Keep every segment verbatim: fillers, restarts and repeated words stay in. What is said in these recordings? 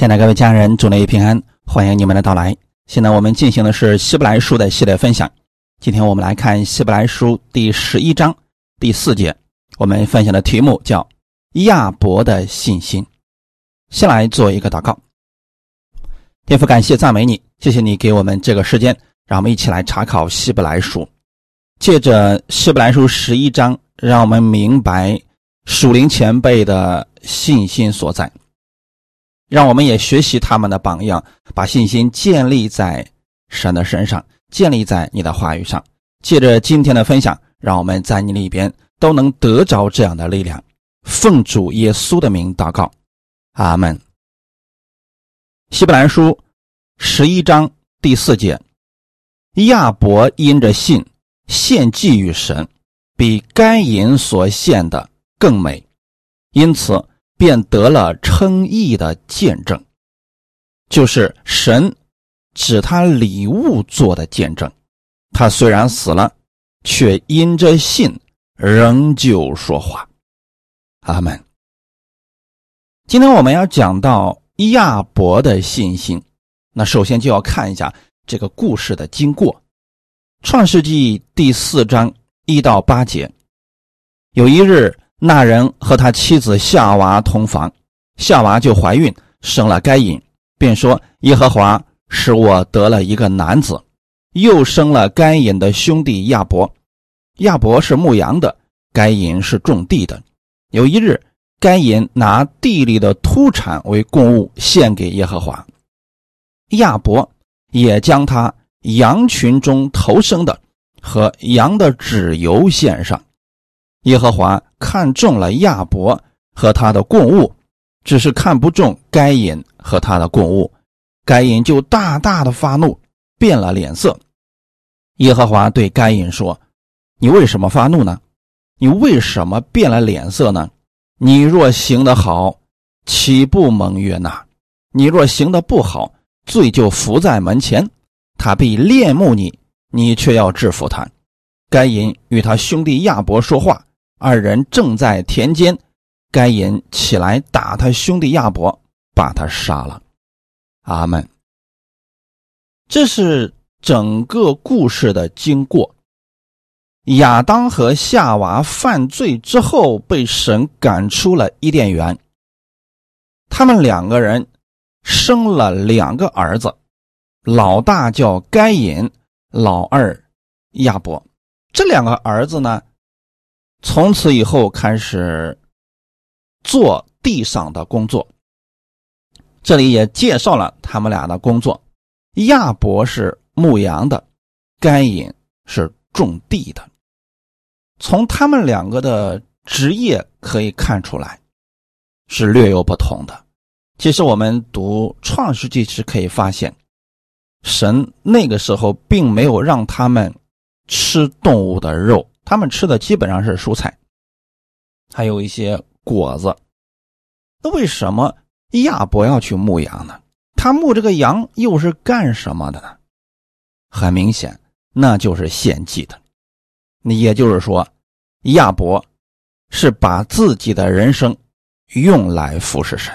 亲爱的各位家人，主内平安，欢迎你们的到来。现在我们进行的是希伯来书的系列分享，今天我们来看希伯来书第十一章第四节，我们分享的题目叫亚伯的信心。先来做一个祷告。天父，感谢赞美你，谢谢你给我们这个时间，让我们一起来查考希伯来书。借着希伯来书十一章，让我们明白属灵前辈的信心所在，让我们也学习他们的榜样，把信心建立在神的身上，建立在你的话语上。借着今天的分享，让我们在你里边都能得着这样的力量。奉主耶稣的名祷告，阿们。希伯来书十一章第四节，亚伯因着信献祭于神，比该隐所献的更美，因此便得了称义的见证，就是神指他礼物做的见证。他虽然死了，却因着信仍旧说话。阿们。今天我们要讲到亚伯的信心，那首先就要看一下这个故事的经过。创世纪第四章一到八节，有一日，那人和他妻子夏娃同房，夏娃就怀孕，生了该隐，便说耶和华使我得了一个男子。又生了该隐的兄弟亚伯，亚伯是牧羊的，该隐是种地的。有一日，该隐拿地里的土产为供物献给耶和华，亚伯也将他羊群中头生的和羊的脂油献上。耶和华看中了亚伯和他的供物，只是看不中该隐和他的供物，该隐就大大的发怒，变了脸色。耶和华对该隐说，你为什么发怒呢？你为什么变了脸色呢？你若行得好，岂不蒙悦纳？你若行得不好，罪就伏在门前，他必恋慕你，你却要制服他。该隐与他兄弟亚伯说话，二人正在田间，该隐起来打他兄弟亚伯，把他杀了。阿们。这是整个故事的经过。亚当和夏娃犯罪之后，被神赶出了伊甸园。他们两个人生了两个儿子，老大叫该隐，老二亚伯。这两个儿子呢，从此以后开始做地上的工作。这里也介绍了他们俩的工作。亚伯是牧羊的，该隐是种地的。从他们两个的职业可以看出来，是略有不同的。其实我们读创世纪时可以发现，神那个时候并没有让他们吃动物的肉，他们吃的基本上是蔬菜，还有一些果子。那为什么亚伯要去牧羊呢？他牧这个羊又是干什么的呢？很明显，那就是献祭的。也就是说，亚伯是把自己的人生用来服侍神。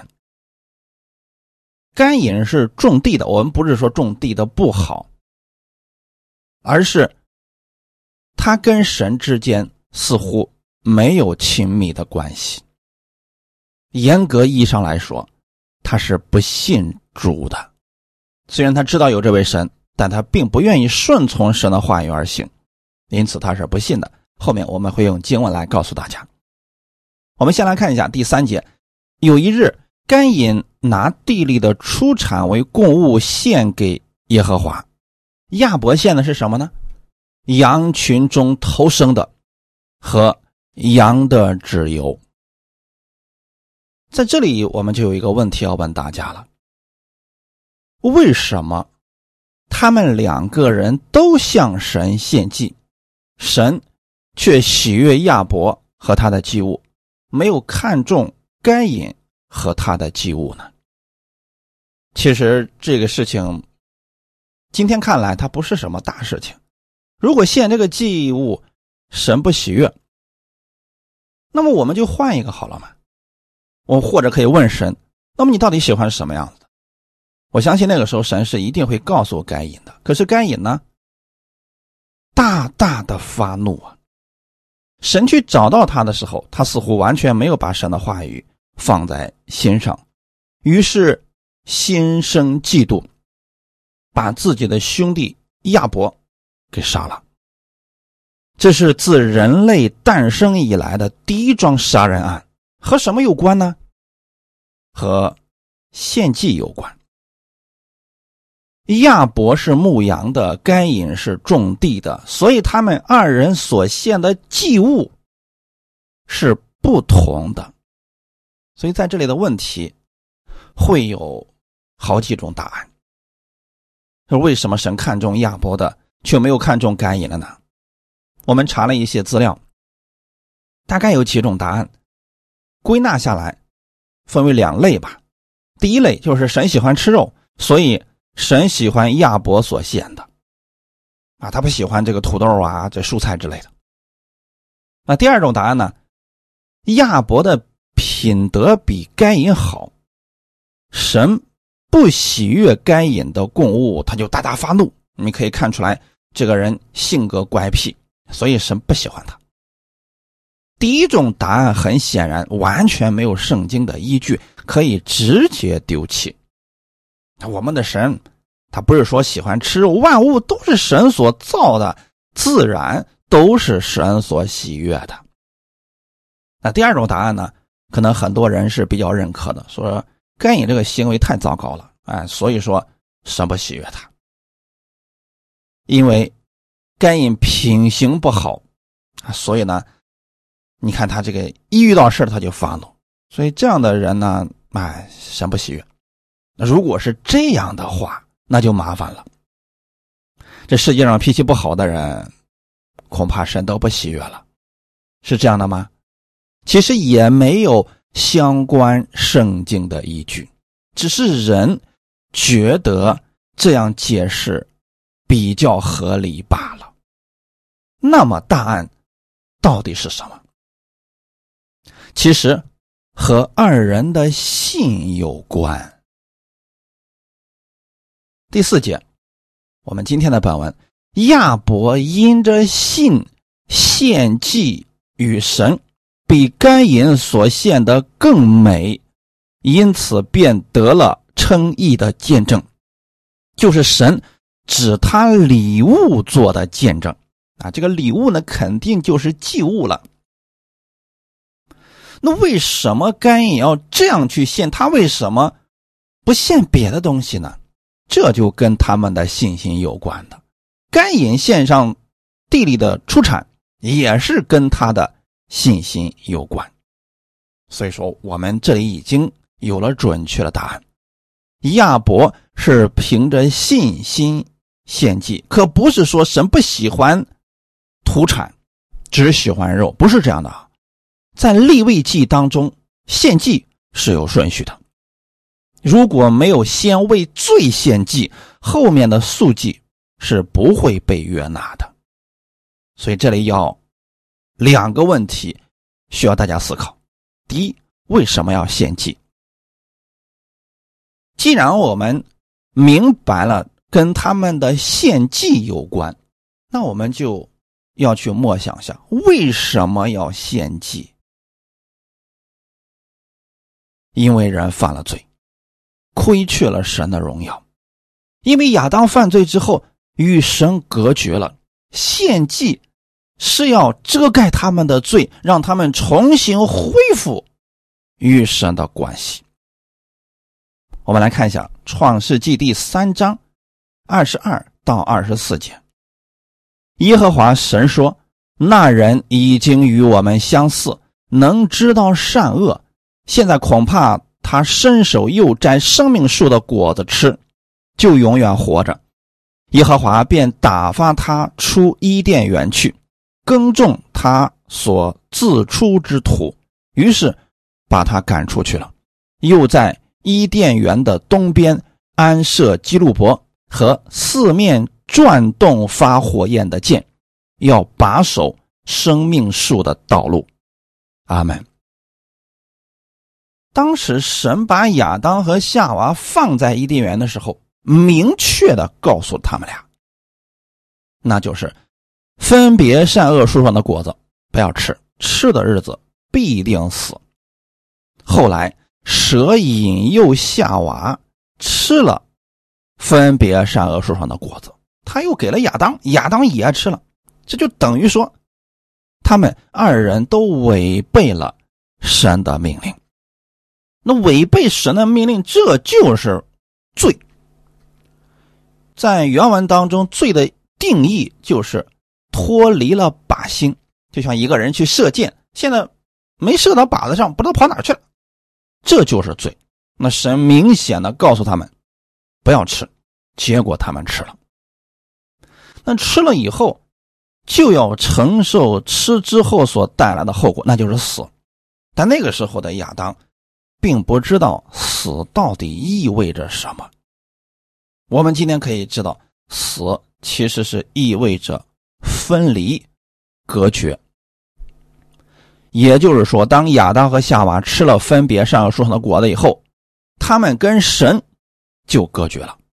该隐是种地的，我们不是说种地的不好，而是他跟神之间似乎没有亲密的关系。严格意义上来说，他是不信主的。虽然他知道有这位神，但他并不愿意顺从神的话语而行，因此他是不信的。后面我们会用经文来告诉大家。我们先来看一下第三节，有一日，该隐拿地里的出产为供物献给耶和华。亚伯献的是什么呢？羊群中头生的和羊的脂油。在这里我们就有一个问题要问大家了，为什么他们两个人都向神献祭，神却喜悦亚伯和他的祭物，没有看重该隐和他的祭物呢？其实这个事情今天看来它不是什么大事情。如果献这个祭物神不喜悦，那么我们就换一个好了嘛。我或者可以问神，那么你到底喜欢什么样子的？ 我相信那个时候神是一定会告诉该隐的。可是该隐呢，大大的发怒啊！神去找到他的时候，他似乎完全没有把神的话语放在心上，于是心生嫉妒，把自己的兄弟亚伯给杀了。这是自人类诞生以来的第一桩杀人案，和什么有关呢？和献祭有关。亚伯是牧羊的，该隐是种地的，所以他们二人所献的祭物是不同的。所以在这里的问题会有好几种答案。为什么神看重亚伯的，却没有看重该隐的呢？我们查了一些资料，大概有几种答案，归纳下来分为两类吧。第一类就是神喜欢吃肉，所以神喜欢亚伯所献的啊，他不喜欢这个土豆啊，这蔬菜之类的。那第二种答案呢，亚伯的品德比该隐好，神不喜悦该隐的供物，他就大大发怒。你可以看出来这个人性格乖僻，所以神不喜欢他。第一种答案很显然完全没有圣经的依据，可以直接丢弃。我们的神他不是说喜欢吃肉，万物都是神所造的，自然都是神所喜悦的。那第二种答案呢，可能很多人是比较认可的，说该隐这个行为太糟糕了，哎，所以说神不喜悦他。因为该隐品行不好，所以呢你看他这个一遇到事他就发怒，所以这样的人呢，哎，神不喜悦。如果是这样的话，那就麻烦了。这世界上脾气不好的人，恐怕神都不喜悦了，是这样的吗？其实也没有相关圣经的依据，只是人觉得这样解释比较合理罢了。那么答案到底是什么？其实和二人的信有关。第四节，我们今天的本文，亚伯因着信献祭与神，比该隐所献的更美，因此便得了称义的见证，就是神指他礼物做的见证啊。这个礼物呢，肯定就是祭物了。那为什么该隐要这样去献？他为什么不献别的东西呢？这就跟他们的信心有关的。该隐献上地里的出产，也是跟他的信心有关。所以说我们这里已经有了准确的答案，亚伯是凭着信心献祭，可不是说神不喜欢土产，只喜欢肉，不是这样的啊。在利未记当中，献祭是有顺序的，如果没有先为罪献祭，后面的素祭是不会被悦纳的。所以这里要两个问题需要大家思考。第一，为什么要献祭？既然我们明白了跟他们的献祭有关，那我们就要去默想下为什么要献祭。因为人犯了罪，亏去了神的荣耀。因为亚当犯罪之后与神隔绝了，献祭是要遮盖他们的罪，让他们重新恢复与神的关系。我们来看一下创世纪第三章二十二到二十四节。耶和华神说，那人已经与我们相似，能知道善恶，现在恐怕他伸手又摘生命树的果子吃，就永远活着。耶和华便打发他出伊甸园去，耕种他所自出之土，于是把他赶出去了。又在伊甸园的东边安设基路伯和四面转动发火焰的剑，要把守生命树的道路。阿们。 当时神把亚当和夏娃放在伊甸园的时候，明确的告诉他们俩，那就是分别善恶树上的果子不要吃，吃的日子必定死。后来蛇引诱夏娃吃了分别善恶树上的果子，他又给了亚当，亚当也吃了，这就等于说他们二人都违背了神的命令。那违背神的命令，这就是罪。在原文当中，罪的定义就是脱离了靶心，就像一个人去射箭，现在没射到靶子上，不知道跑哪去了，这就是罪。那神明显的告诉他们不要吃，结果他们吃了。那吃了以后就要承受吃之后所带来的后果，那就是死。但那个时候的亚当并不知道死到底意味着什么。我们今天可以知道，死其实是意味着分离、隔绝。也就是说，当亚当和夏娃吃了分别善恶树上的果子以后，他们跟神就隔绝了。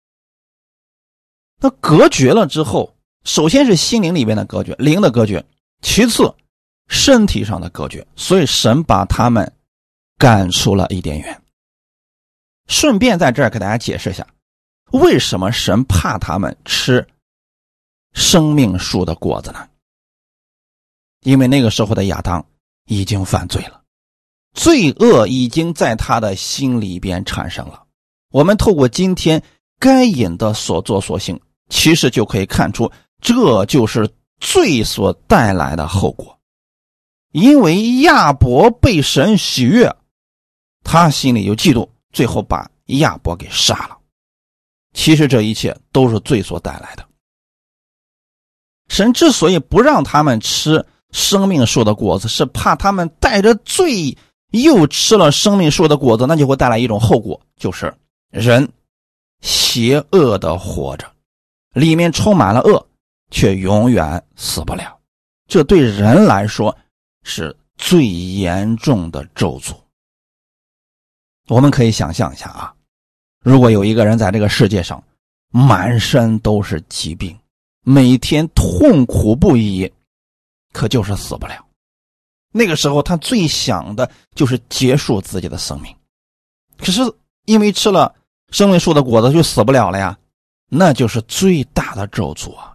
那隔绝了之后，首先是心灵里面的隔绝，灵的隔绝，其次身体上的隔绝，所以神把他们赶出了伊甸园。顺便在这儿给大家解释一下，为什么神怕他们吃生命树的果子呢？因为那个时候的亚当已经犯罪了，罪恶已经在他的心里边产生了。我们透过今天该隐的所作所行，其实就可以看出，这就是罪所带来的后果。因为亚伯被神喜悦，他心里有嫉妒，最后把亚伯给杀了。其实这一切都是罪所带来的。神之所以不让他们吃生命树的果子，是怕他们带着罪又吃了生命树的果子，那就会带来一种后果，就是人邪恶的活着，里面充满了恶，却永远死不了。这对人来说是最严重的咒诅。我们可以想象一下啊，如果有一个人在这个世界上满身都是疾病，每天痛苦不已，可就是死不了。那个时候他最想的就是结束自己的生命，可是因为吃了生命树的果子就死不了了呀，那就是最大的咒诅啊。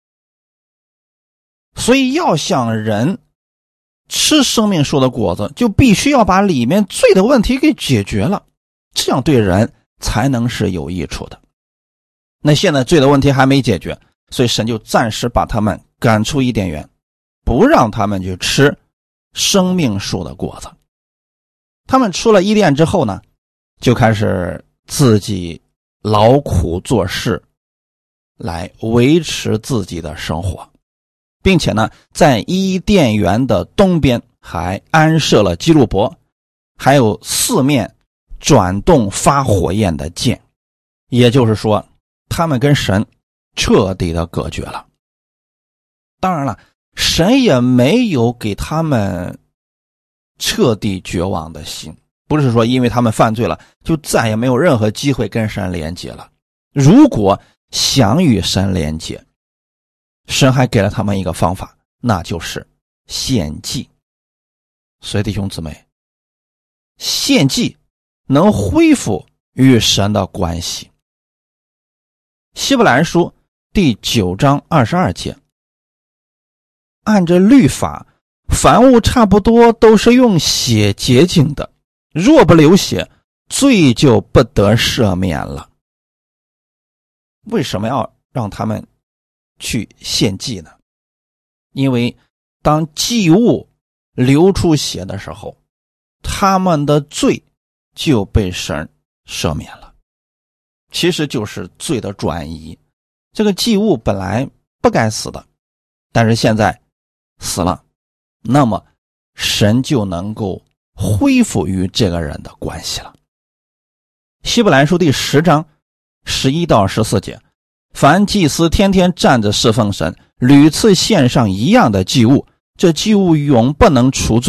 所以要想人吃生命树的果子，就必须要把里面罪的问题给解决了，这样对人才能是有益处的。那现在罪的问题还没解决，所以神就暂时把他们赶出伊甸园，不让他们去吃生命树的果子。他们出了伊甸之后呢，就开始自己劳苦做事，来维持自己的生活，并且呢，在伊甸园的东边还安设了基路伯，还有四面转动发火焰的剑。也就是说，他们跟神彻底的隔绝了。当然了，神也没有给他们彻底绝望的心，不是说因为他们犯罪了就再也没有任何机会跟神连接了。如果想与神连接，神还给了他们一个方法，那就是献祭。所以弟兄姊妹，献祭能恢复与神的关系。希伯来书第九章二十二节，按着律法，凡物差不多都是用血洁净的，若不流血，罪就不得赦免了。为什么要让他们去献祭呢？因为当祭物流出血的时候，他们的罪就被神赦免了。其实就是罪的转移。这个祭物本来不该死的，但是现在死了，那么神就能够恢复与这个人的关系了。希伯来书第十章十一到十四节，凡祭司天天站着侍奉神，屡次献上一样的祭物，这祭物永不能除罪，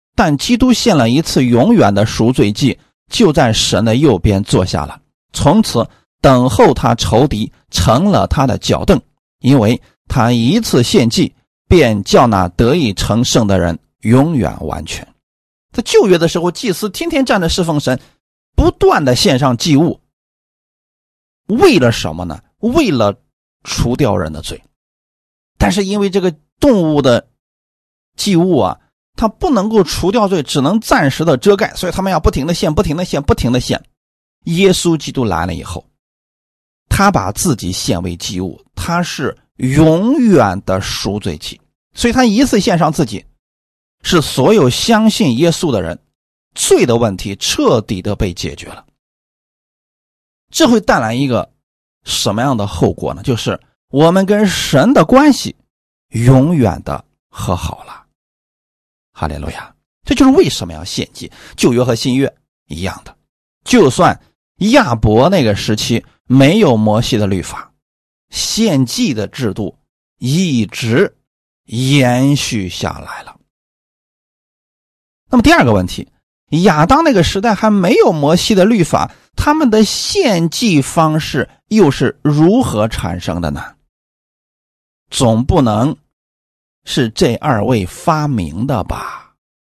但基督献了一次永远的赎罪祭，就在神的右边坐下了，从此等候他仇敌，成了他的脚凳，因为他一次献祭，便叫那得以成圣的人永远完全。在旧约的时候，祭司天天站着侍奉神，不断的献上祭物，为了什么呢？为了除掉人的罪。但是因为这个动物的祭物啊，它不能够除掉罪，只能暂时的遮盖，所以他们要不停的献，不停的献，不停的献。耶稣基督来了以后，他把自己献为祭物，他是永远的赎罪祭，所以他一次献上自己，是所有相信耶稣的人罪的问题彻底的被解决了。这会带来一个什么样的后果呢？就是我们跟神的关系永远的和好了。哈利路亚！这就是为什么要献祭。旧约和新约一样的，就算亚伯那个时期没有摩西的律法，献祭的制度一直延续下来了。那么第二个问题，亚当那个时代还没有摩西的律法，他们的献祭方式又是如何产生的呢？总不能是这二位发明的吧？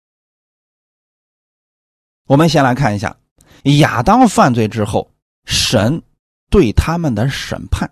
我们先来看一下亚当犯罪之后神对他们的审判。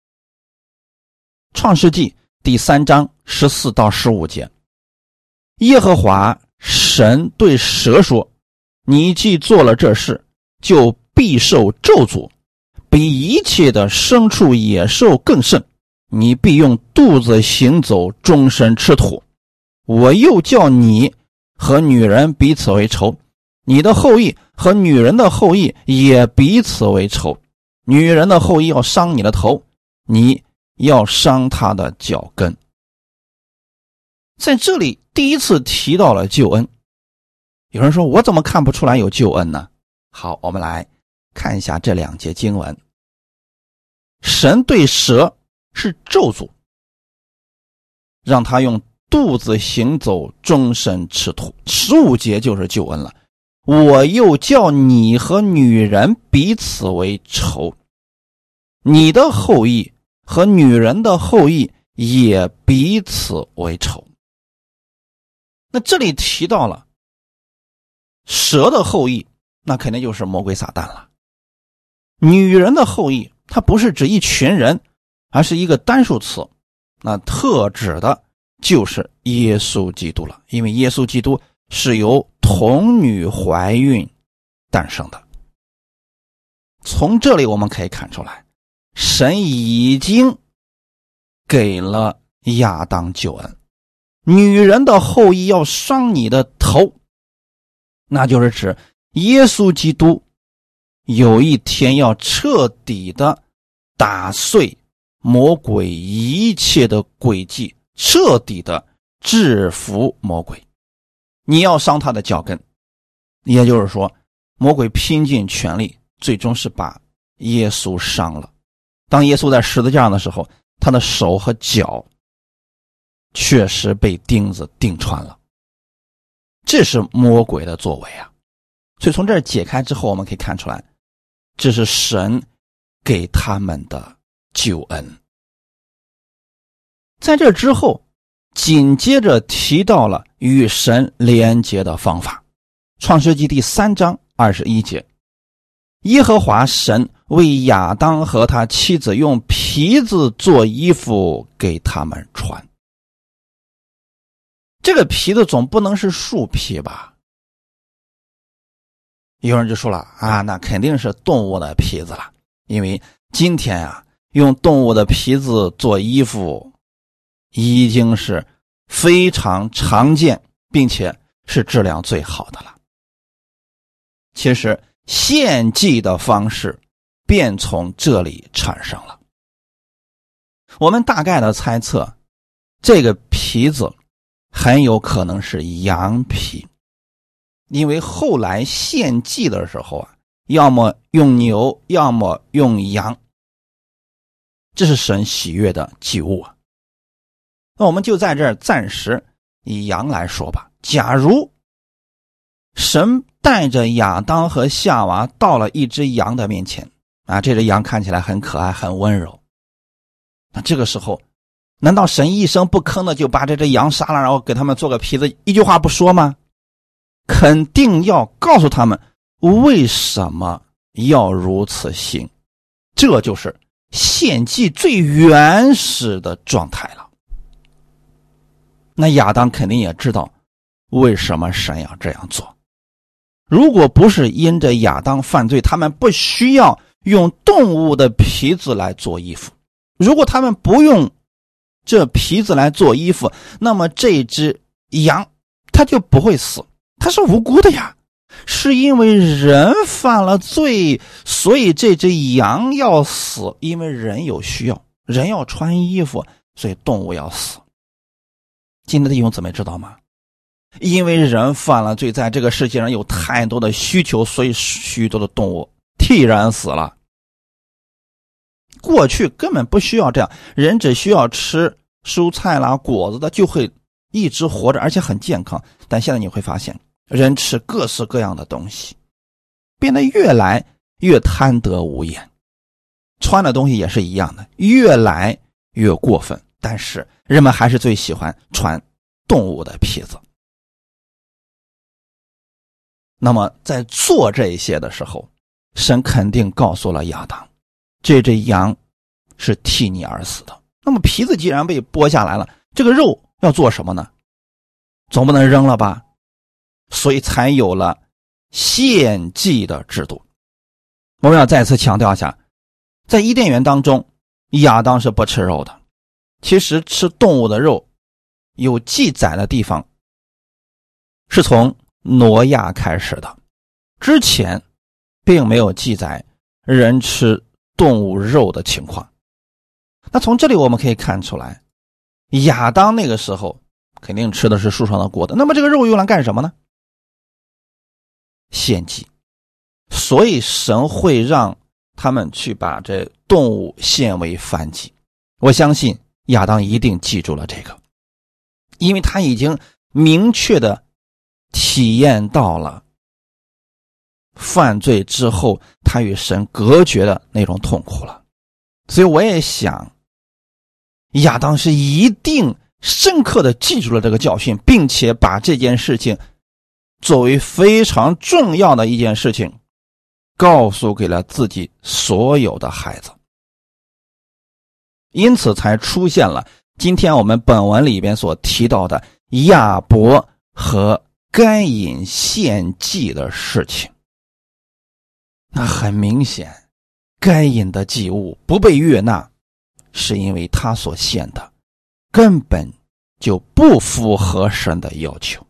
创世纪第三章十四到十五节，耶和华神对蛇说，你既做了这事，就必受咒诅，比一切的牲畜野兽更甚，你必用肚子行走，终身吃土。我又叫你和女人彼此为仇，你的后裔和女人的后裔也彼此为仇。女人的后裔要伤你的头，你要伤她的脚跟。在这里第一次提到了救恩。有人说，我怎么看不出来有救恩呢？好，我们来看一下这两节经文。神对蛇是咒诅，让他用肚子行走，终身吃土。十五节就是救恩了。我又叫你和女人彼此为仇，你的后裔和女人的后裔也彼此为仇。那这里提到了蛇的后裔，那肯定就是魔鬼撒旦了。女人的后裔，它不是指一群人，而是一个单数词，那特指的就是耶稣基督了，因为耶稣基督是由童女怀孕诞生的。从这里我们可以看出来，神已经给了亚当救恩。女人的后裔要伤你的头，那就是指耶稣基督有一天要彻底的打碎魔鬼一切的诡计，彻底的制服魔鬼。你要伤他的脚跟，也就是说魔鬼拼尽全力，最终是把耶稣伤了。当耶稣在十字架上的时候，他的手和脚确实被钉子钉穿了，这是魔鬼的作为啊。所以从这儿解开之后，我们可以看出来，这是神给他们的救恩。在这之后，紧接着提到了与神连结的方法。创世纪第三章二十一节，耶和华神为亚当和他妻子用皮子做衣服给他们穿。这个皮子总不能是树皮吧？有人就说了啊，那肯定是动物的皮子了，因为今天啊，用动物的皮子做衣服已经是非常常见，并且是质量最好的了。其实献祭的方式便从这里产生了。我们大概的猜测，这个皮子很有可能是羊皮，因为后来献祭的时候啊，要么用牛，要么用羊，这是神喜悦的祭物啊。那我们就在这儿暂时以羊来说吧。假如神带着亚当和夏娃到了一只羊的面前啊，这只羊看起来很可爱很温柔。那这个时候难道神一声不吭的就把这只羊杀了，然后给他们做个皮子，一句话不说吗？肯定要告诉他们为什么要如此行，这就是献祭最原始的状态了。那亚当肯定也知道为什么神要这样做。如果不是因着亚当犯罪，他们不需要用动物的皮子来做衣服。如果他们不用这皮子来做衣服，那么这只羊它就不会死，它是无辜的呀。是因为人犯了罪，所以这只羊要死，因为人有需要，人要穿衣服，所以动物要死。今天的弟兄姊妹知道吗？因为人犯了罪，在这个世界上有太多的需求，所以许多的动物替然死了。过去根本不需要这样，人只需要吃蔬菜啦果子的就会一直活着，而且很健康。但现在你会发现人吃各式各样的东西，变得越来越贪得无厌，穿的东西也是一样的，越来越过分。但是人们还是最喜欢穿动物的皮子。那么在做这些的时候，神肯定告诉了亚当，这只羊是替你而死的。那么皮子既然被剥下来了，这个肉要做什么呢？总不能扔了吧？所以才有了献祭的制度。我们要再次强调一下，在伊甸园当中，亚当是不吃肉的。其实吃动物的肉有记载的地方是从挪亚开始的，之前并没有记载人吃动物肉的情况。那从这里我们可以看出来，亚当那个时候肯定吃的是树上的果子，那么这个肉用来干什么呢？献祭。所以神会让他们去把这动物献为燔祭。我相信亚当一定记住了这个，因为他已经明确的体验到了犯罪之后他与神隔绝的那种痛苦了。所以我也想亚当是一定深刻的记住了这个教训，并且把这件事情作为非常重要的一件事情告诉给了自己所有的孩子。因此才出现了今天我们本文里边所提到的亚伯和该隐献祭的事情。那很明显，该隐的祭物不被悦纳，是因为他所献的根本就不符合神的要求。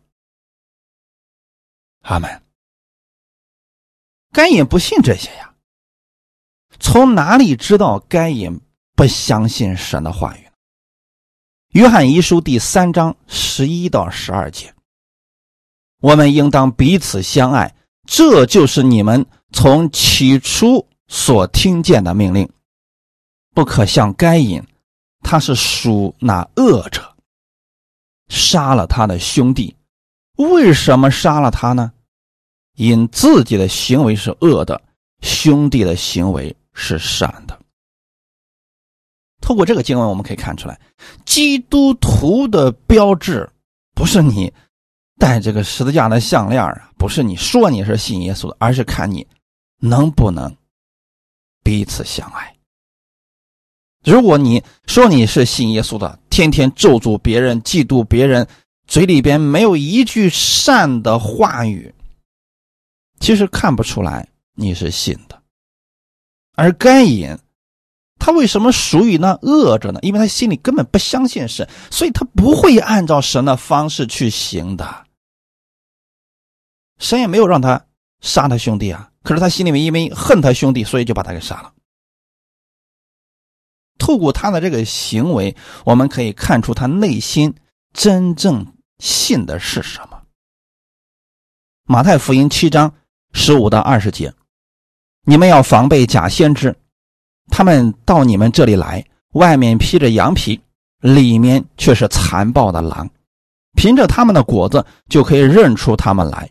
阿们。该隐不信这些呀，从哪里知道该隐不相信神的话语呢？约翰一书第三章十一到十二节，我们应当彼此相爱，这就是你们从起初所听见的命令。不可像该隐，他是属那恶者，杀了他的兄弟。为什么杀了他呢？因自己的行为是恶的，兄弟的行为是善的。透过这个经文我们可以看出来，基督徒的标志不是你戴这个十字架的项链啊，不是你说你是信耶稣的，而是看你能不能彼此相爱。如果你说你是信耶稣的，天天咒诅别人，嫉妒别人，嘴里边没有一句善的话语，其实看不出来你是信的。而该隐他为什么属于那恶者呢？因为他心里根本不相信神，所以他不会按照神的方式去行的。神也没有让他杀他兄弟啊，可是他心里面因为恨他兄弟，所以就把他给杀了。透过他的这个行为，我们可以看出他内心真正信的是什么。马太福音七章十五到二十节，你们要防备假先知，他们到你们这里来，外面披着羊皮，里面却是残暴的狼。凭着他们的果子就可以认出他们来。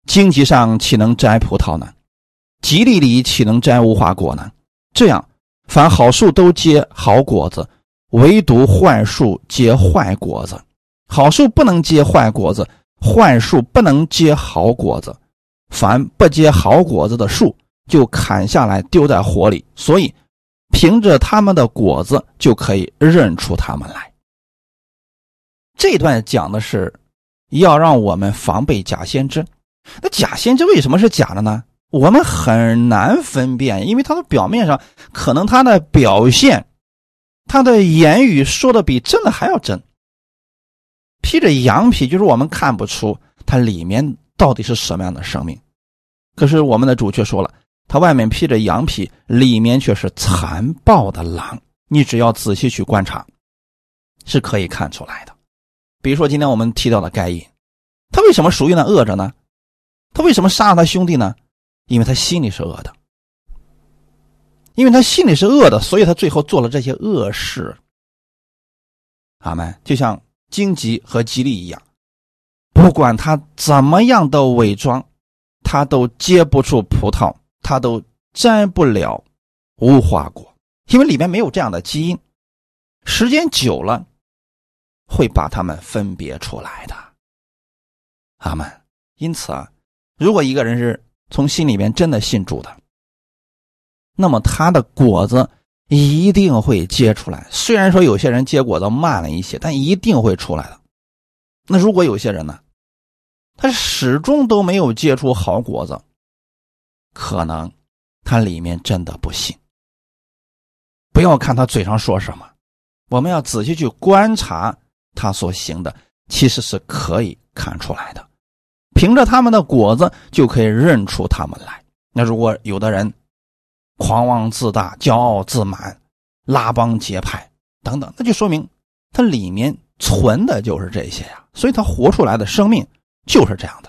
荆棘上岂能摘葡萄呢？蒺藜里岂能摘无花果呢？这样，凡好树都结好果子，唯独坏树结坏果子。好树不能结坏果子，坏树不能结好果子。凡不结好果子的树，就砍下来丢在火里。所以，凭着他们的果子就可以认出他们来。这段讲的是要让我们防备假先知。那假先知为什么是假的呢？我们很难分辨，因为他的表面上可能他的表现，他的言语说的比真的还要真。披着羊皮，就是我们看不出他里面到底是什么样的生命。可是我们的主却说了，他外面披着羊皮，里面却是残暴的狼。你只要仔细去观察，是可以看出来的。比如说今天我们提到的该隐，他为什么属于那恶者呢？他为什么杀了他兄弟呢？因为他心里是恶的。因为他心里是恶的，所以他最后做了这些恶事。阿们。就像荆棘和蒺藜一样，不管他怎么样的伪装，他都结不出葡萄，他都摘不了无花果，因为里面没有这样的基因。时间久了会把他们分别出来的。阿们。因此啊，如果一个人是从心里面真的信主的，那么他的果子一定会结出来。虽然说有些人结果子慢了一些，但一定会出来的。那如果有些人呢，他始终都没有结出好果子，可能他里面真的不信。不要看他嘴上说什么，我们要仔细去观察他所行的，其实是可以看出来的。凭着他们的果子就可以认出他们来。那如果有的人狂妄自大、骄傲自满、拉帮结派等等，那就说明他里面存的就是这些呀，所以他活出来的生命就是这样的。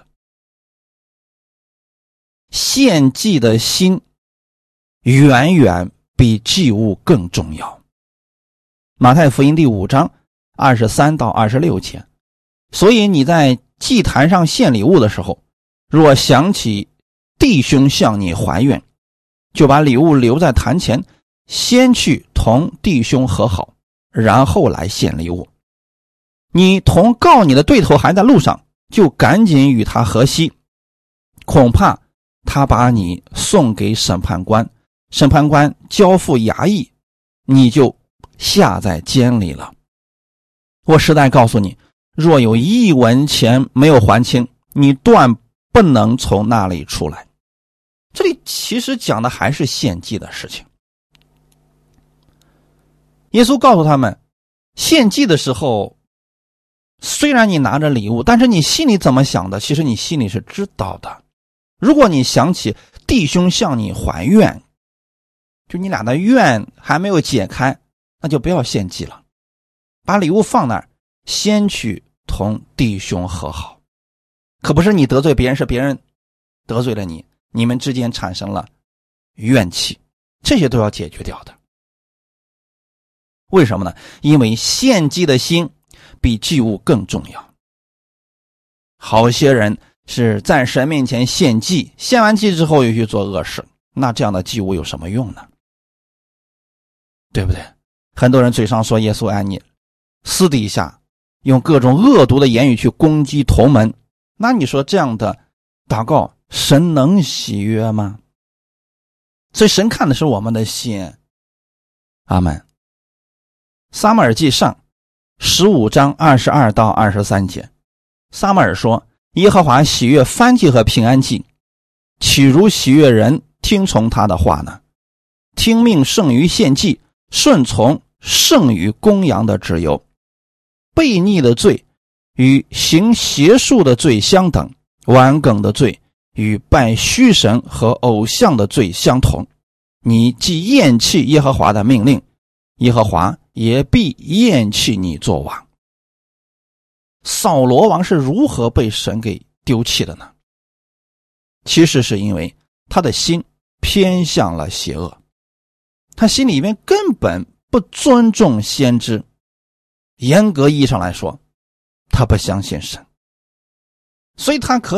献祭的心远远比祭物更重要。马太福音第五章二十三到二十六节，所以你在祭坛上献礼物的时候，若想起弟兄向你怀怨，就把礼物留在坛前，先去同弟兄和好，然后来献礼物。你同告你的对头还在路上，就赶紧与他和稀，恐怕他把你送给审判官，审判官交付衙役，你就下在监里了。我实在告诉你，若有一文钱没有还清，你断不能从那里出来。这里其实讲的还是献祭的事情。耶稣告诉他们，献祭的时候，虽然你拿着礼物，但是你心里怎么想的，其实你心里是知道的。如果你想起弟兄向你怀怨，就你俩的怨还没有解开，那就不要献祭了，把礼物放那儿，先去同弟兄和好。可不是你得罪别人，是别人得罪了你，你们之间产生了怨气，这些都要解决掉的。为什么呢？因为献祭的心比祭物更重要。好些人是在神面前献祭，献完祭之后又去做恶事，那这样的祭物有什么用呢？对不对？很多人嘴上说耶稣爱你，私底下用各种恶毒的言语去攻击同门，那你说这样的祷告神能喜悦吗？所以神看的是我们的心。阿们。撒母耳记上十五章二十二到二十三节，撒母耳说，耶和华喜悦燔祭和平安祭，岂如喜悦人听从他的话呢？听命胜于献祭，顺从胜于公羊的脂油。悖逆的罪与行邪术的罪相等，顽梗的罪与拜虚神和偶像的罪相同。你既厌弃耶和华的命令，耶和华也必厌弃你做王。扫罗王是如何被神给丢弃的呢？其实是因为他的心偏向了邪恶，他心里面根本不尊重先知，严格意义上来说他不相信神，所以他可以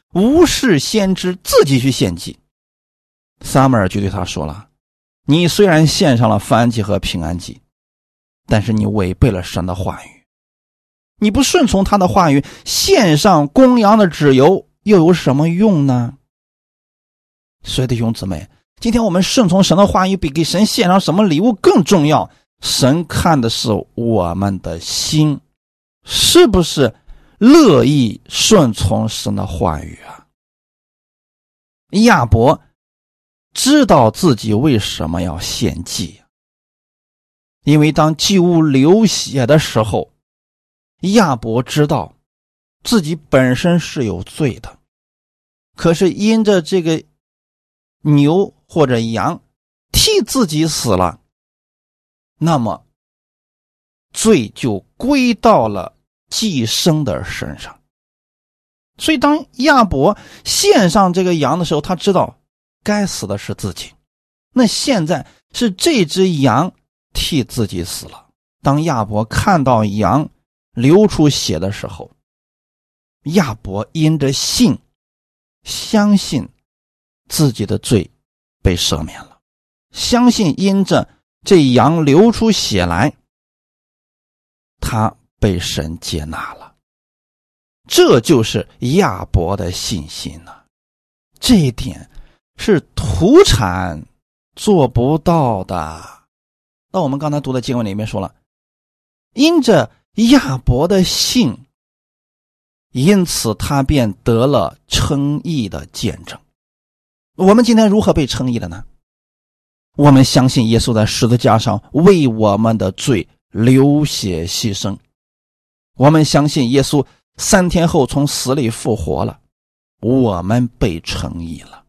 无视先知，自己去献祭。撒母耳就对他说了，你虽然献上了燔祭和平安祭，但是你违背了神的话语，你不顺从他的话语，献上公羊的脂油又有什么用呢？所以弟兄姊妹，今天我们顺从神的话语比给神献上什么礼物更重要。神看的是我们的心，是不是乐意顺从神的话语啊？亚伯知道自己为什么要献祭，因为当祭物流血的时候，亚伯知道自己本身是有罪的，可是因着这个牛或者羊替自己死了，那么罪就归到了祭牲的身上。所以当亚伯献上这个羊的时候，他知道该死的是自己，那现在是这只羊替自己死了。当亚伯看到羊流出血的时候，亚伯因着信相信自己的罪被赦免了，相信因着这羊流出血来，他被神接纳了。这就是亚伯的信心啊，这一点是土产做不到的。那我们刚才读的经文里面说了，因着亚伯的信，因此他便得了称义的见证。我们今天如何被称义的呢？我们相信耶稣在十字架上为我们的罪流血牺牲，我们相信耶稣三天后从死里复活了，我们被称义了。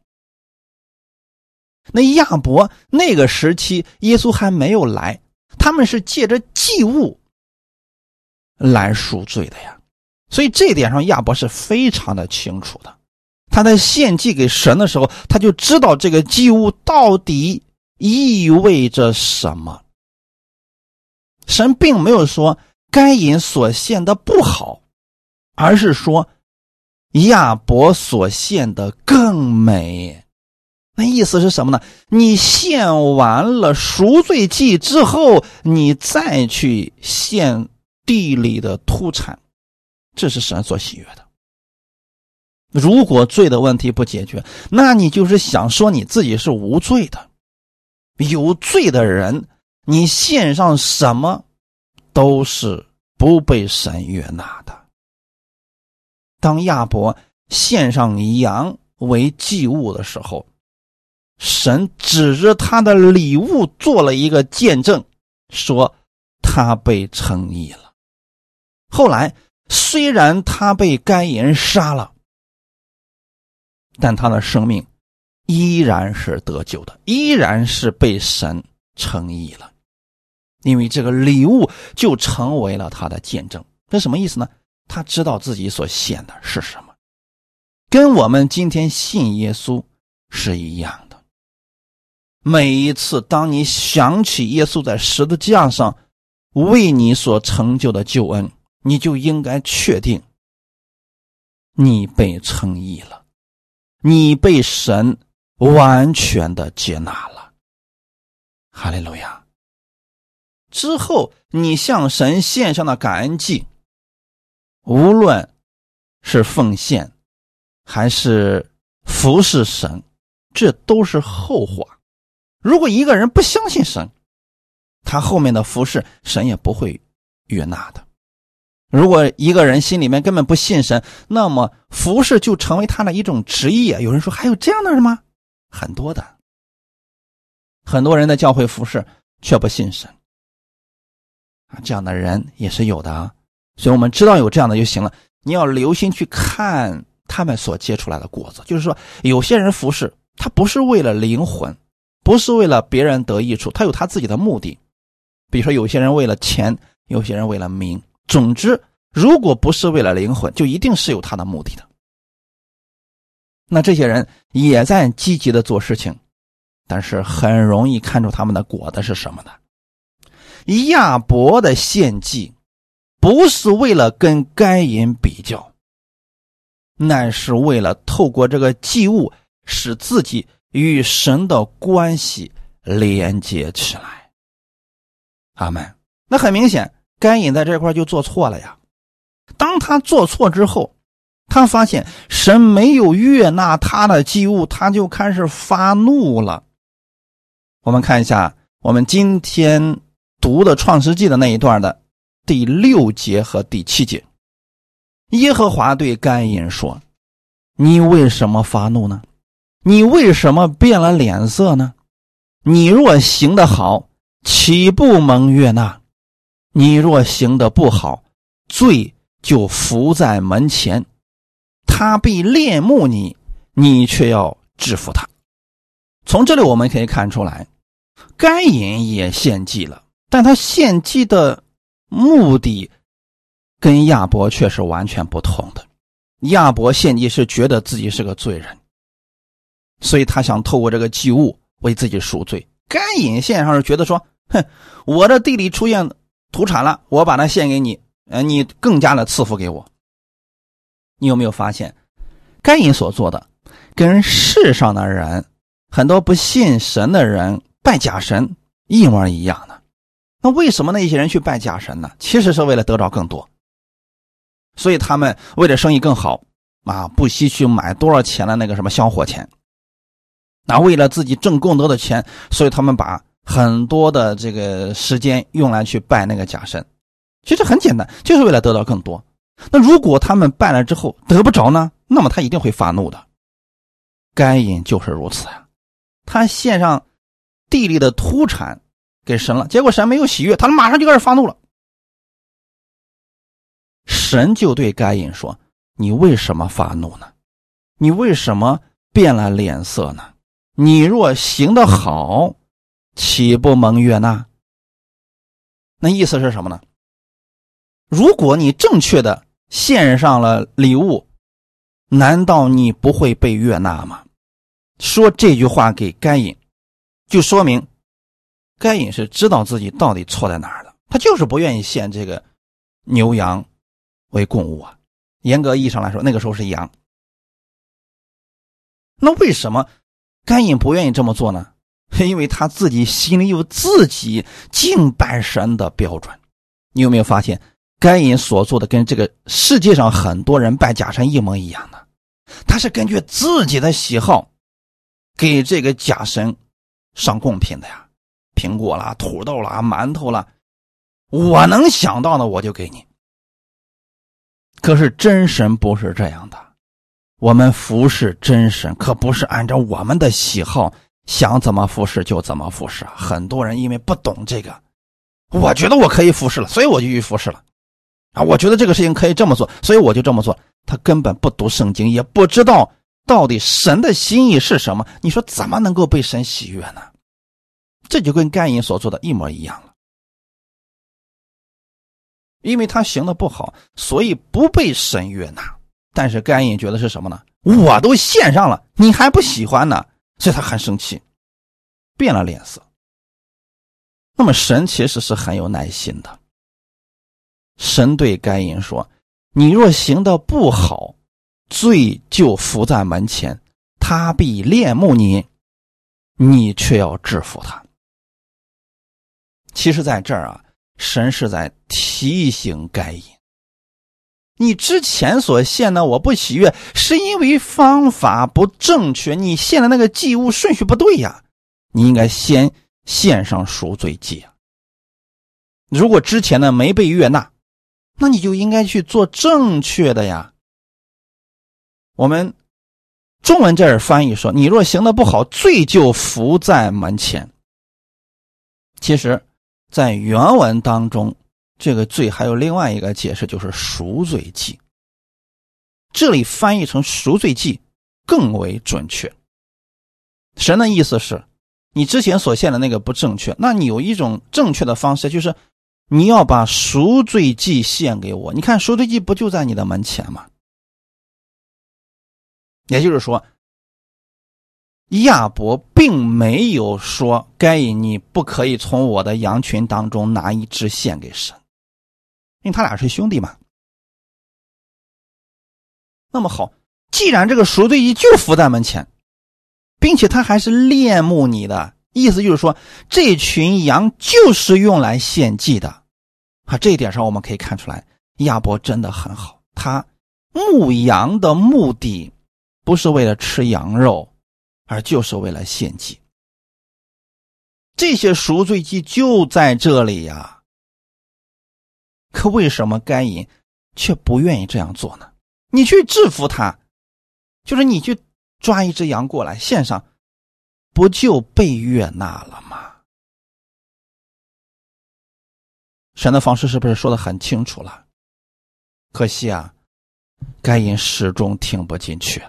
那亚伯那个时期耶稣还没有来，他们是借着祭物来赎罪的呀，所以这一点上亚伯是非常的清楚的。他在献祭给神的时候，他就知道这个祭物到底意味着什么。神并没有说该隐所献的不好，而是说亚伯所献的更美。那意思是什么呢？你献完了赎罪祭之后，你再去献地里的土产，这是神所喜悦的。如果罪的问题不解决，那你就是想说你自己是无罪的。有罪的人，你献上什么都是不被神悦纳的。当亚伯献上羊为祭物的时候，神指着他的礼物做了一个见证，说他被称义了。后来虽然他被该隐杀了，但他的生命依然是得救的，依然是被神称义了，因为这个礼物就成为了他的见证。这什么意思呢？他知道自己所献的是什么，跟我们今天信耶稣是一样的。每一次当你想起耶稣在十字架上为你所成就的救恩，你就应该确定你被称义了，你被神完全的接纳了。哈利路亚！之后你向神献上的感恩祭，无论是奉献还是服侍神，这都是后话。如果一个人不相信神，他后面的服侍神也不会悦纳的。如果一个人心里面根本不信神，那么服侍就成为他的一种职业。有人说还有这样的人吗？很多的，很多人在教会服侍却不信神啊，这样的人也是有的啊。所以我们知道有这样的就行了，你要留心去看他们所结出来的果子。就是说有些人服侍他不是为了灵魂，不是为了别人得益处，他有他自己的目的。比如说有些人为了钱，有些人为了名，总之如果不是为了灵魂，就一定是有他的目的的。那这些人也在积极的做事情，但是很容易看出他们的果子是什么呢？亚伯的献祭不是为了跟该隐比较， 乃是为了透过这个祭物使自己与神的关系连接起来。阿们。那很明显，该隐在这块就做错了呀。当他做错之后，他发现神没有悦纳他的祭物，他就开始发怒了。我们看一下我们今天读的创世纪的那一段的第六节和第七节。耶和华对该隐说，你为什么发怒呢？你为什么变了脸色呢？你若行得好，岂不蒙悦纳？你若行得不好，罪就伏在门前，他必恋慕你，你却要制服他。从这里我们可以看出来，该隐也献祭了，但他献祭的目的跟亚伯却是完全不同的。亚伯献祭是觉得自己是个罪人，所以他想透过这个祭物为自己赎罪。该隐献上是觉得说，哼，我的地里出现土产了，我把它献给你，呃，你更加的赐福给我。你有没有发现，该隐所做的跟世上的人，很多不信神的人拜假神一模一样的？那为什么那些人去拜假神呢？其实是为了得到更多，所以他们为了生意更好啊，不惜去买多少钱的那个什么香火钱。那为了自己挣更多的钱，所以他们把很多的这个时间用来去拜那个假神。其实很简单，就是为了得到更多。那如果他们拜了之后得不着呢，那么他一定会发怒的。该隐就是如此啊，他献上地里的土产给神了，结果神没有喜悦，他马上就开始发怒了。神就对该隐说，你为什么发怒呢？你为什么变了脸色呢？你若行得好，岂不蒙悦纳？那意思是什么呢？如果你正确的献上了礼物，难道你不会被悦纳吗？说这句话给该隐，就说明该隐是知道自己到底错在哪儿的，他就是不愿意献这个牛羊为供物啊。严格意义上来说，那个时候是羊。那为什么该隐不愿意这么做呢？因为他自己心里有自己敬拜神的标准。你有没有发现，该隐所做的跟这个世界上很多人拜假神一模一样的？他是根据自己的喜好给这个假神上贡品的呀，苹果啦、土豆啦、馒头啦，我能想到的我就给你。可是真神不是这样的，我们服侍真神可不是按照我们的喜好想怎么服侍就怎么服侍。很多人因为不懂这个，我觉得我可以服侍了，所以我就去服侍了啊！我觉得这个事情可以这么做，所以我就这么做。他根本不读圣经，也不知道到底神的心意是什么。你说怎么能够被神喜悦呢？这就跟该隐所做的一模一样了。因为他行的不好，所以不被神悦纳。但是该隐觉得是什么呢？我都献上了，你还不喜欢呢，所以他很生气，变了脸色。那么神其实是很有耐心的。神对该隐说，你若行得不好，罪就伏在门前，他必恋慕你，你却要制服他。其实在这儿啊，神是在提醒该隐，你之前所献的我不喜悦，是因为方法不正确，你献的那个祭物顺序不对呀，你应该先献上赎罪祭啊。如果之前的没被悦纳，那你就应该去做正确的呀。我们中文这儿翻译说，你若行得不好，罪就伏在门前。其实在原文当中，这个罪还有另外一个解释，就是赎罪祭。这里翻译成赎罪祭更为准确。神的意思是，你之前所献的那个不正确，那你有一种正确的方式，就是你要把赎罪祭献给我。你看赎罪祭不就在你的门前吗？也就是说，亚伯并没有说该隐你不可以从我的羊群当中拿一只献给神，因为他俩是兄弟嘛。那么好， 既然这个赎罪祭就伏在门前，并且他还是恋慕你的，意思就是说这群羊就是用来献祭的啊。这一点上我们可以看出来亚伯真的很好，他牧羊的目的不是为了吃羊肉，而就是为了献祭。这些赎罪祭就在这里呀，可为什么该隐却不愿意这样做呢？你去制服他，就是你去抓一只羊过来献上，不就被悦纳了吗？神的方式是不是说得很清楚了？可惜啊，该隐始终听不进去，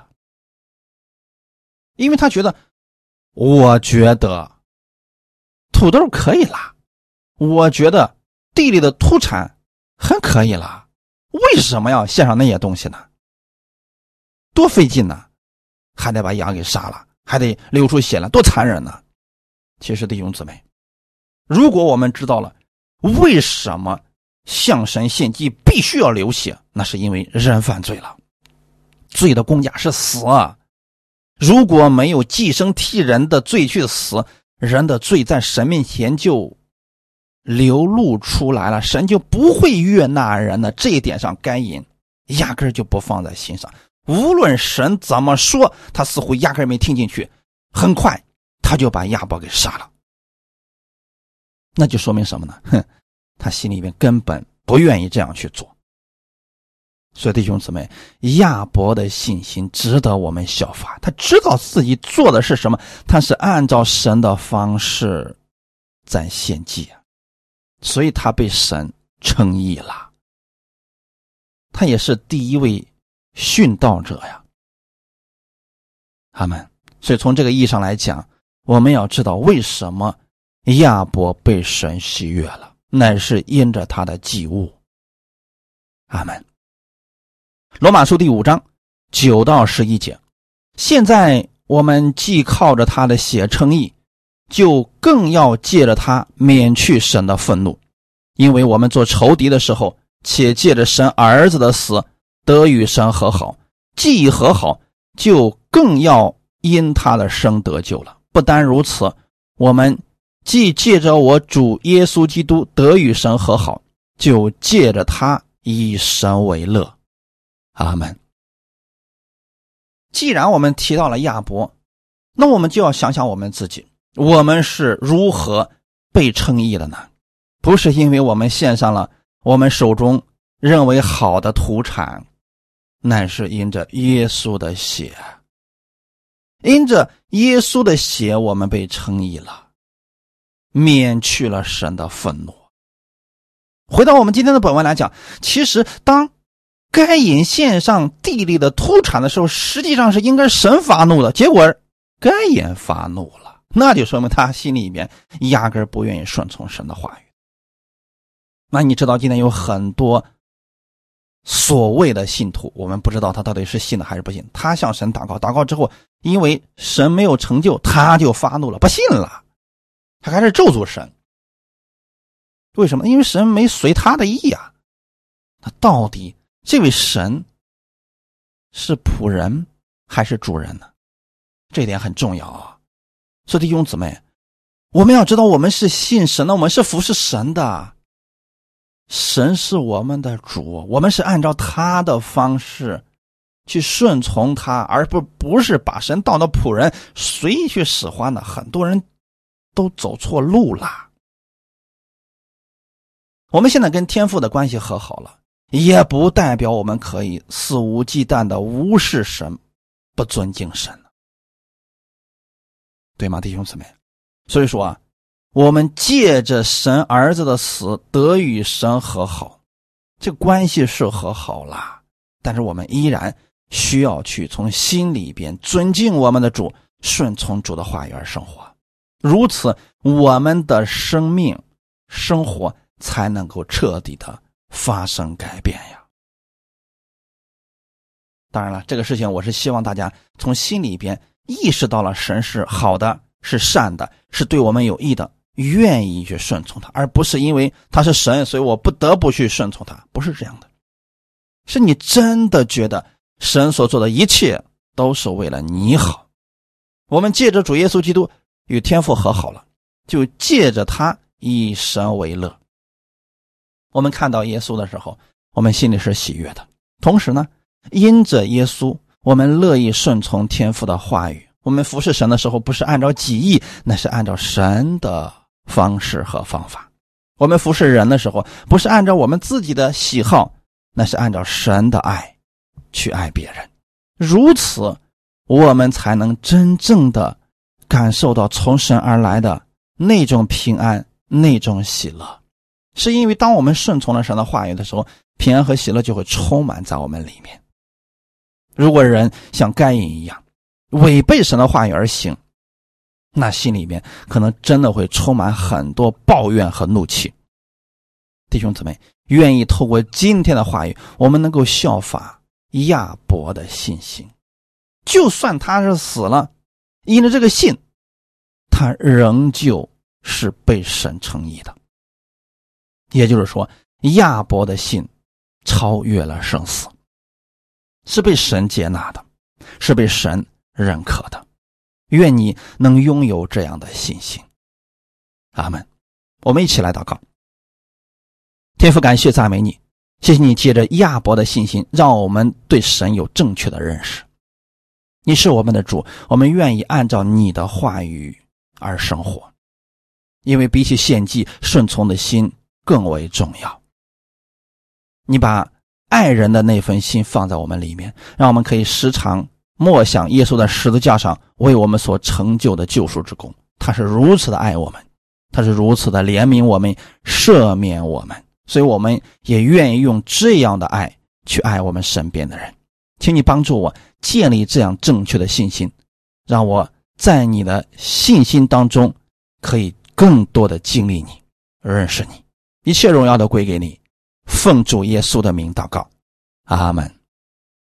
因为他觉得，我觉得土豆可以啦，我觉得地里的土产很可以啦，为什么要献上那些东西呢？多费劲呢，还得把羊给杀了，还得流出血来，多残忍呢。其实弟兄姊妹，如果我们知道了为什么向神献祭必须要流血，那是因为人犯罪了，罪的工价是死啊。如果没有寄生替人的罪去死，人的罪在神面前就流露出来了，神就不会悦纳人的。这一点上该隐压根就不放在心上，无论神怎么说，他似乎压根没听进去，很快他就把亚伯给杀了。那就说明什么呢？哼，他心里面根本不愿意这样去做。所以弟兄姊妹，亚伯的信心值得我们效法，他知道自己做的是什么，他是按照神的方式在献祭啊，所以他被神称义了，他也是第一位殉道者呀。阿们。所以从这个意义上来讲，我们要知道为什么亚伯被神喜悦了，乃是因着他的祭物。阿们。罗马书第五章九到十一节，现在我们既靠着他的血称义，就更要借着他免去神的愤怒，因为我们做仇敌的时候，且借着神儿子的死得与神和好，既和好，就更要因他的生得救了。不单如此，我们既借着我主耶稣基督得与神和好，就借着他以神为乐。阿们。既然我们提到了亚伯，那我们就要想想我们自己，我们是如何被称义的呢？不是因为我们献上了我们手中认为好的土产，乃是因着耶稣的血。因着耶稣的血，我们被称义了，免去了神的愤怒。回到我们今天的本文来讲，其实当该隐献上地里的土产的时候，实际上是应该神发怒的，结果该隐发怒了，那就说明他心里面压根不愿意顺从神的话语。那你知道今天有很多所谓的信徒，我们不知道他到底是信的还是不信，他向神祷告，祷告之后因为神没有成就，他就发怒了，不信了，他开始咒诅神。为什么？因为神没随他的意啊。那到底这位神是仆人还是主人呢？这一点很重要啊。所以弟兄姊妹，我们要知道我们是信神的，我们是服侍神的，神是我们的主，我们是按照他的方式去顺从他，而不不是把神当作仆人随意去使唤的。很多人都走错路了。我们现在跟天父的关系和好了，也不代表我们可以肆无忌惮的无视神，不尊敬神，对吗，弟兄姊妹？所以说啊，我们借着神儿子的死得与神和好，这关系是和好了，但是我们依然需要去从心里边尊敬我们的主，顺从主的话语而生活，如此我们的生命生活才能够彻底的发生改变呀。当然了，这个事情我是希望大家从心里边意识到了神是好的，是善的，是对我们有益的，愿意去顺从他，而不是因为他是神所以我不得不去顺从他，不是这样的。是你真的觉得神所做的一切都是为了你好。我们借着主耶稣基督与天父和好了，就借着他以神为乐。我们看到耶稣的时候，我们心里是喜悦的，同时呢，因着耶稣，我们乐意顺从天父的话语。我们服侍神的时候，不是按照己意，那是按照神的方式和方法。我们服侍人的时候，不是按照我们自己的喜好，那是按照神的爱去爱别人。如此，我们才能真正的感受到从神而来的那种平安，那种喜乐。是因为当我们顺从了神的话语的时候，平安和喜乐就会充满在我们里面。如果人像该隐一样违背神的话语而行，那心里面可能真的会充满很多抱怨和怒气。弟兄姊妹，愿意透过今天的话语，我们能够效法亚伯的信心。就算他是死了，因着这个信，他仍旧是被神称义的。也就是说，亚伯的信超越了生死，是被神接纳的，是被神认可的。愿你能拥有这样的信心。阿们。我们一起来祷告。天父，感谢赞美你，谢谢你借着亚伯的信心，让我们对神有正确的认识。你是我们的主，我们愿意按照你的话语而生活，因为比起献祭，顺从的心更为重要。你把爱人的那份心放在我们里面，让我们可以时常默想耶稣在十字架上为我们所成就的救赎之功。他是如此的爱我们，他是如此的怜悯我们，赦免我们，所以我们也愿意用这样的爱去爱我们身边的人。请你帮助我建立这样正确的信心，让我在你的信心当中可以更多的经历你，认识你。一切荣耀都归给你，奉主耶稣的名祷告，阿们。